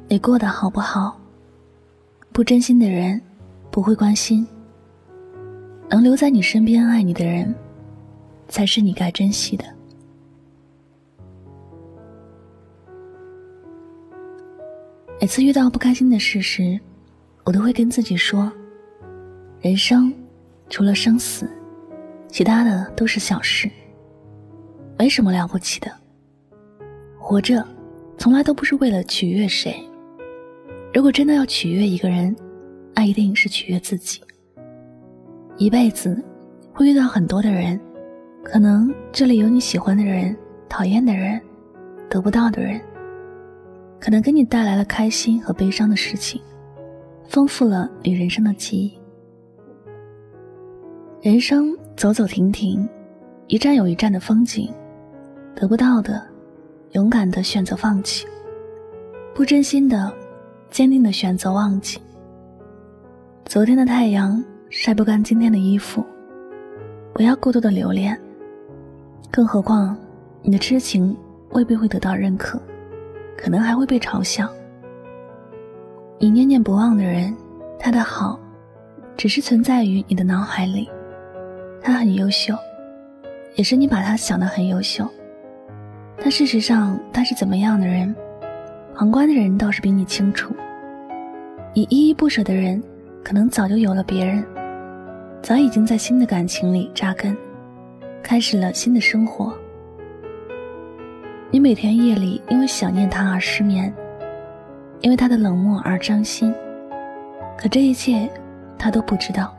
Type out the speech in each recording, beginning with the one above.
你过得好不好？不真心的人不会关心，能留在你身边爱你的人，才是你该珍惜的。每次遇到不开心的事时，我都会跟自己说，人生除了生死，其他的都是小事，没什么了不起的。活着从来都不是为了取悦谁，如果真的要取悦一个人，那一定是取悦自己。一辈子会遇到很多的人，可能这里有你喜欢的人，讨厌的人，得不到的人，可能给你带来了开心和悲伤的事情，丰富了你人生的记忆。人生走走停停，一站有一站的风景，得不到的勇敢地选择放弃，不真心的坚定地选择忘记。昨天的太阳晒不干今天的衣服，不要过多的留恋，更何况你的痴情未必会得到认可，可能还会被嘲笑。你念念不忘的人，他的好只是存在于你的脑海里，他很优秀，也是你把他想得很优秀，但事实上他是怎么样的人，旁观的人倒是比你清楚。你依依不舍的人，可能早就有了别人，早已经在新的感情里扎根，开始了新的生活。你每天夜里因为想念他而失眠，因为他的冷漠而伤心，可这一切他都不知道。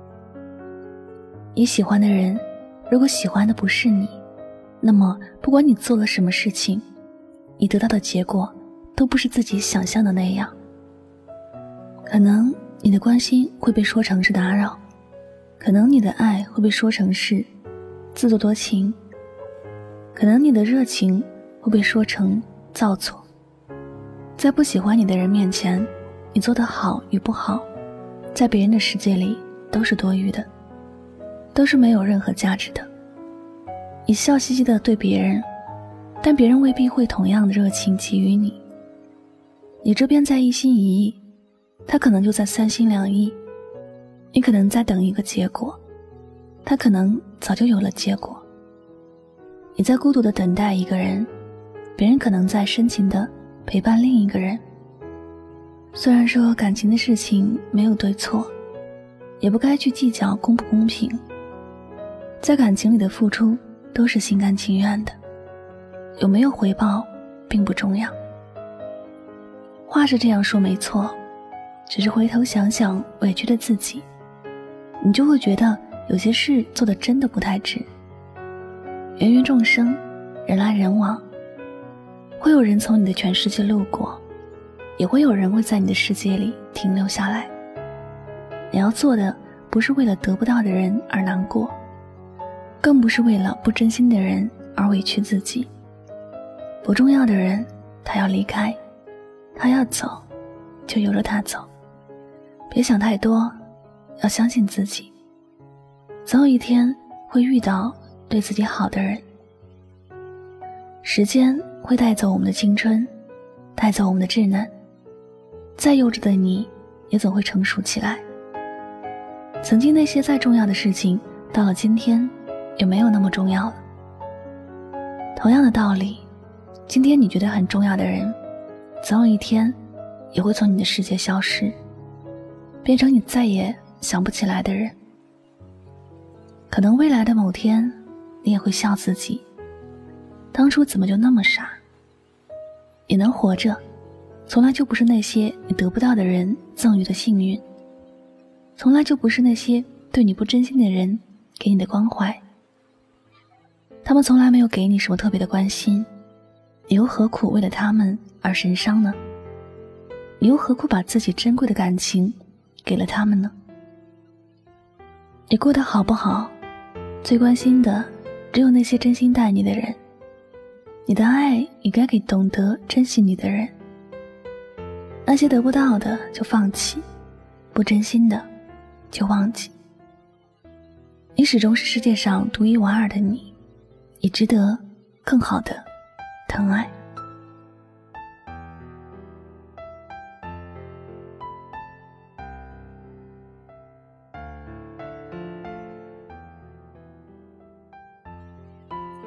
你喜欢的人，如果喜欢的不是你，那么不管你做了什么事情，你得到的结果都不是自己想象的那样。可能你的关心会被说成是打扰，可能你的爱会被说成是自作多情，可能你的热情会被说成造作。在不喜欢你的人面前，你做得好与不好，在别人的世界里都是多余的，都是没有任何价值的。你笑嘻嘻地对别人，但别人未必会同样的热情给予你。你这边在一心一意，他可能就在三心两意。你可能在等一个结果，他可能早就有了结果。你在孤独地等待一个人，别人可能在深情地陪伴另一个人。虽然说感情的事情没有对错，也不该去计较公不公平，在感情里的付出都是心甘情愿的，有没有回报并不重要。话是这样说没错，只是回头想想委屈的自己，你就会觉得有些事做得真的不太值。芸芸众生，人来人往，会有人从你的全世界路过，也会有人会在你的世界里停留下来。你要做的不是为了得不到的人而难过，更不是为了不真心的人而委屈自己。不重要的人，他要离开，他要走，就由着他走。别想太多，要相信自己，总有一天会遇到对自己好的人。时间会带走我们的青春，带走我们的稚嫩，再幼稚的你也总会成熟起来。曾经那些再重要的事情，到了今天也没有那么重要了。同样的道理，今天你觉得很重要的人，总有一天也会从你的世界消失，变成你再也想不起来的人。可能未来的某天，你也会笑自己，当初怎么就那么傻。你能活着，从来就不是那些你得不到的人赠予的幸运，从来就不是那些对你不真心的人给你的关怀。他们从来没有给你什么特别的关心，你又何苦为了他们而神伤呢？你又何苦把自己珍贵的感情给了他们呢？你过得好不好，最关心的只有那些真心待你的人。你的爱也该给懂得珍惜你的人。那些得不到的就放弃，不真心的就忘记。你始终是世界上独一无二的你，你值得更好的疼爱。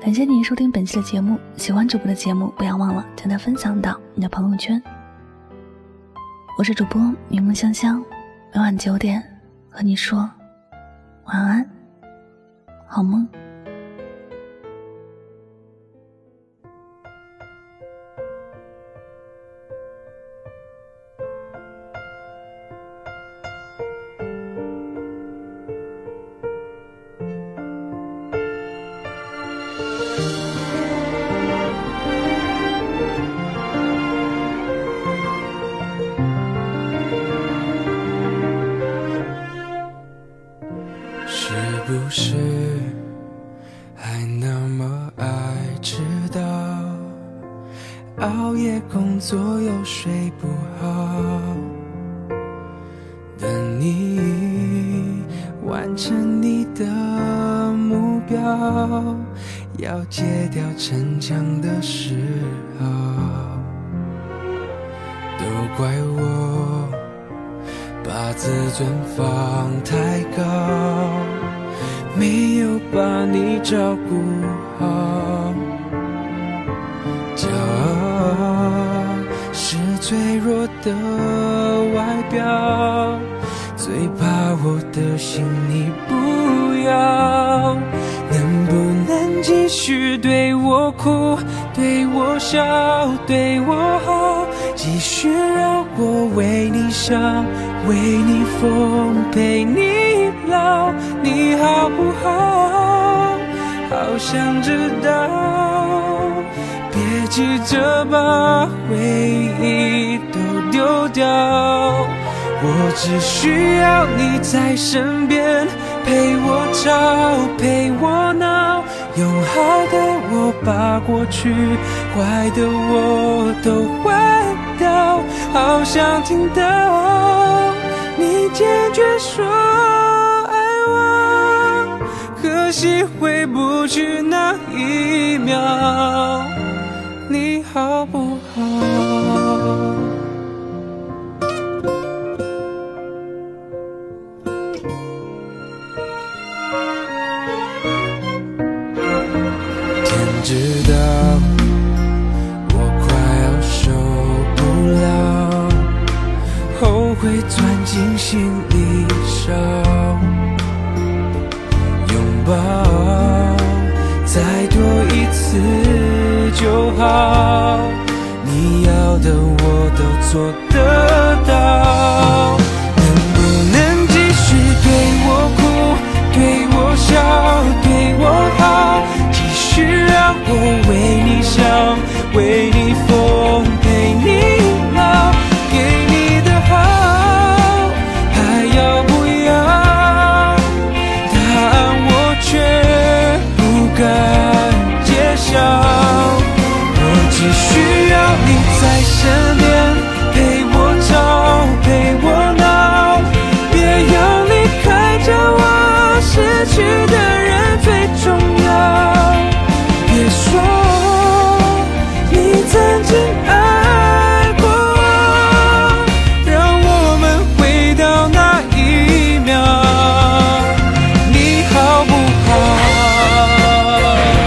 感谢你收听本期的节目，喜欢主播的节目不要忘了将它分享到你的朋友圈。我是主播柠檬香香，每晚9点和你说晚安，好梦。 是不是还那么爱迟到，熬夜工作又睡不好，等你完成你的目标，要戒掉逞强的时候，都怪我把自尊放太高，没有把你照顾好。骄傲是脆弱的外表，最怕我的心你不要。能不能继续对我哭，对我笑，对我好，继续让我为你想，为你疯，陪你老，你好不好？好想知道，别急着把回忆都丢掉，我只需要你在身边，陪我吵，陪我闹，用好的我把过去，坏的我都换掉，好想听到你坚决说爱我，可惜回不去那一秒，你好不好？知道我快要受不了，后悔钻进心里烧，拥抱再多一次就好，你要的我都做得到。能不能继续对我哭，对我笑，对我好，继续让我为你想，为你疯，陪你老，给你的好还要不要？答案我却不敢揭晓，我只需要你在身边，陪我吵，陪我闹，别要离开这我失去的人最重要。别说你曾经爱过我，让我们回到那一秒，你好不好？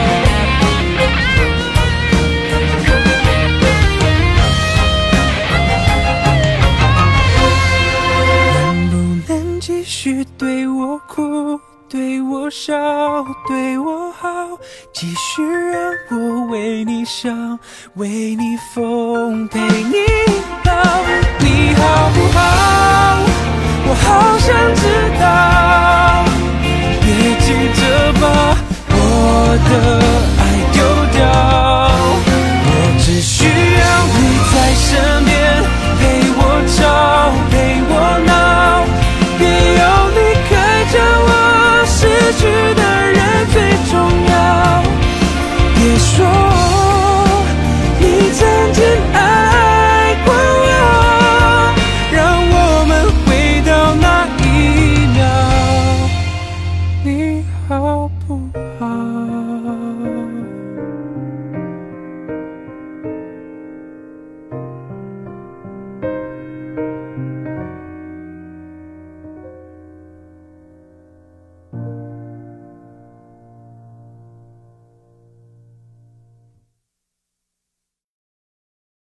能不能继续对我哭，对我笑，对我好，继续让我为你想，为你疯，陪你老，你好不好？我好想知道，别急着把我的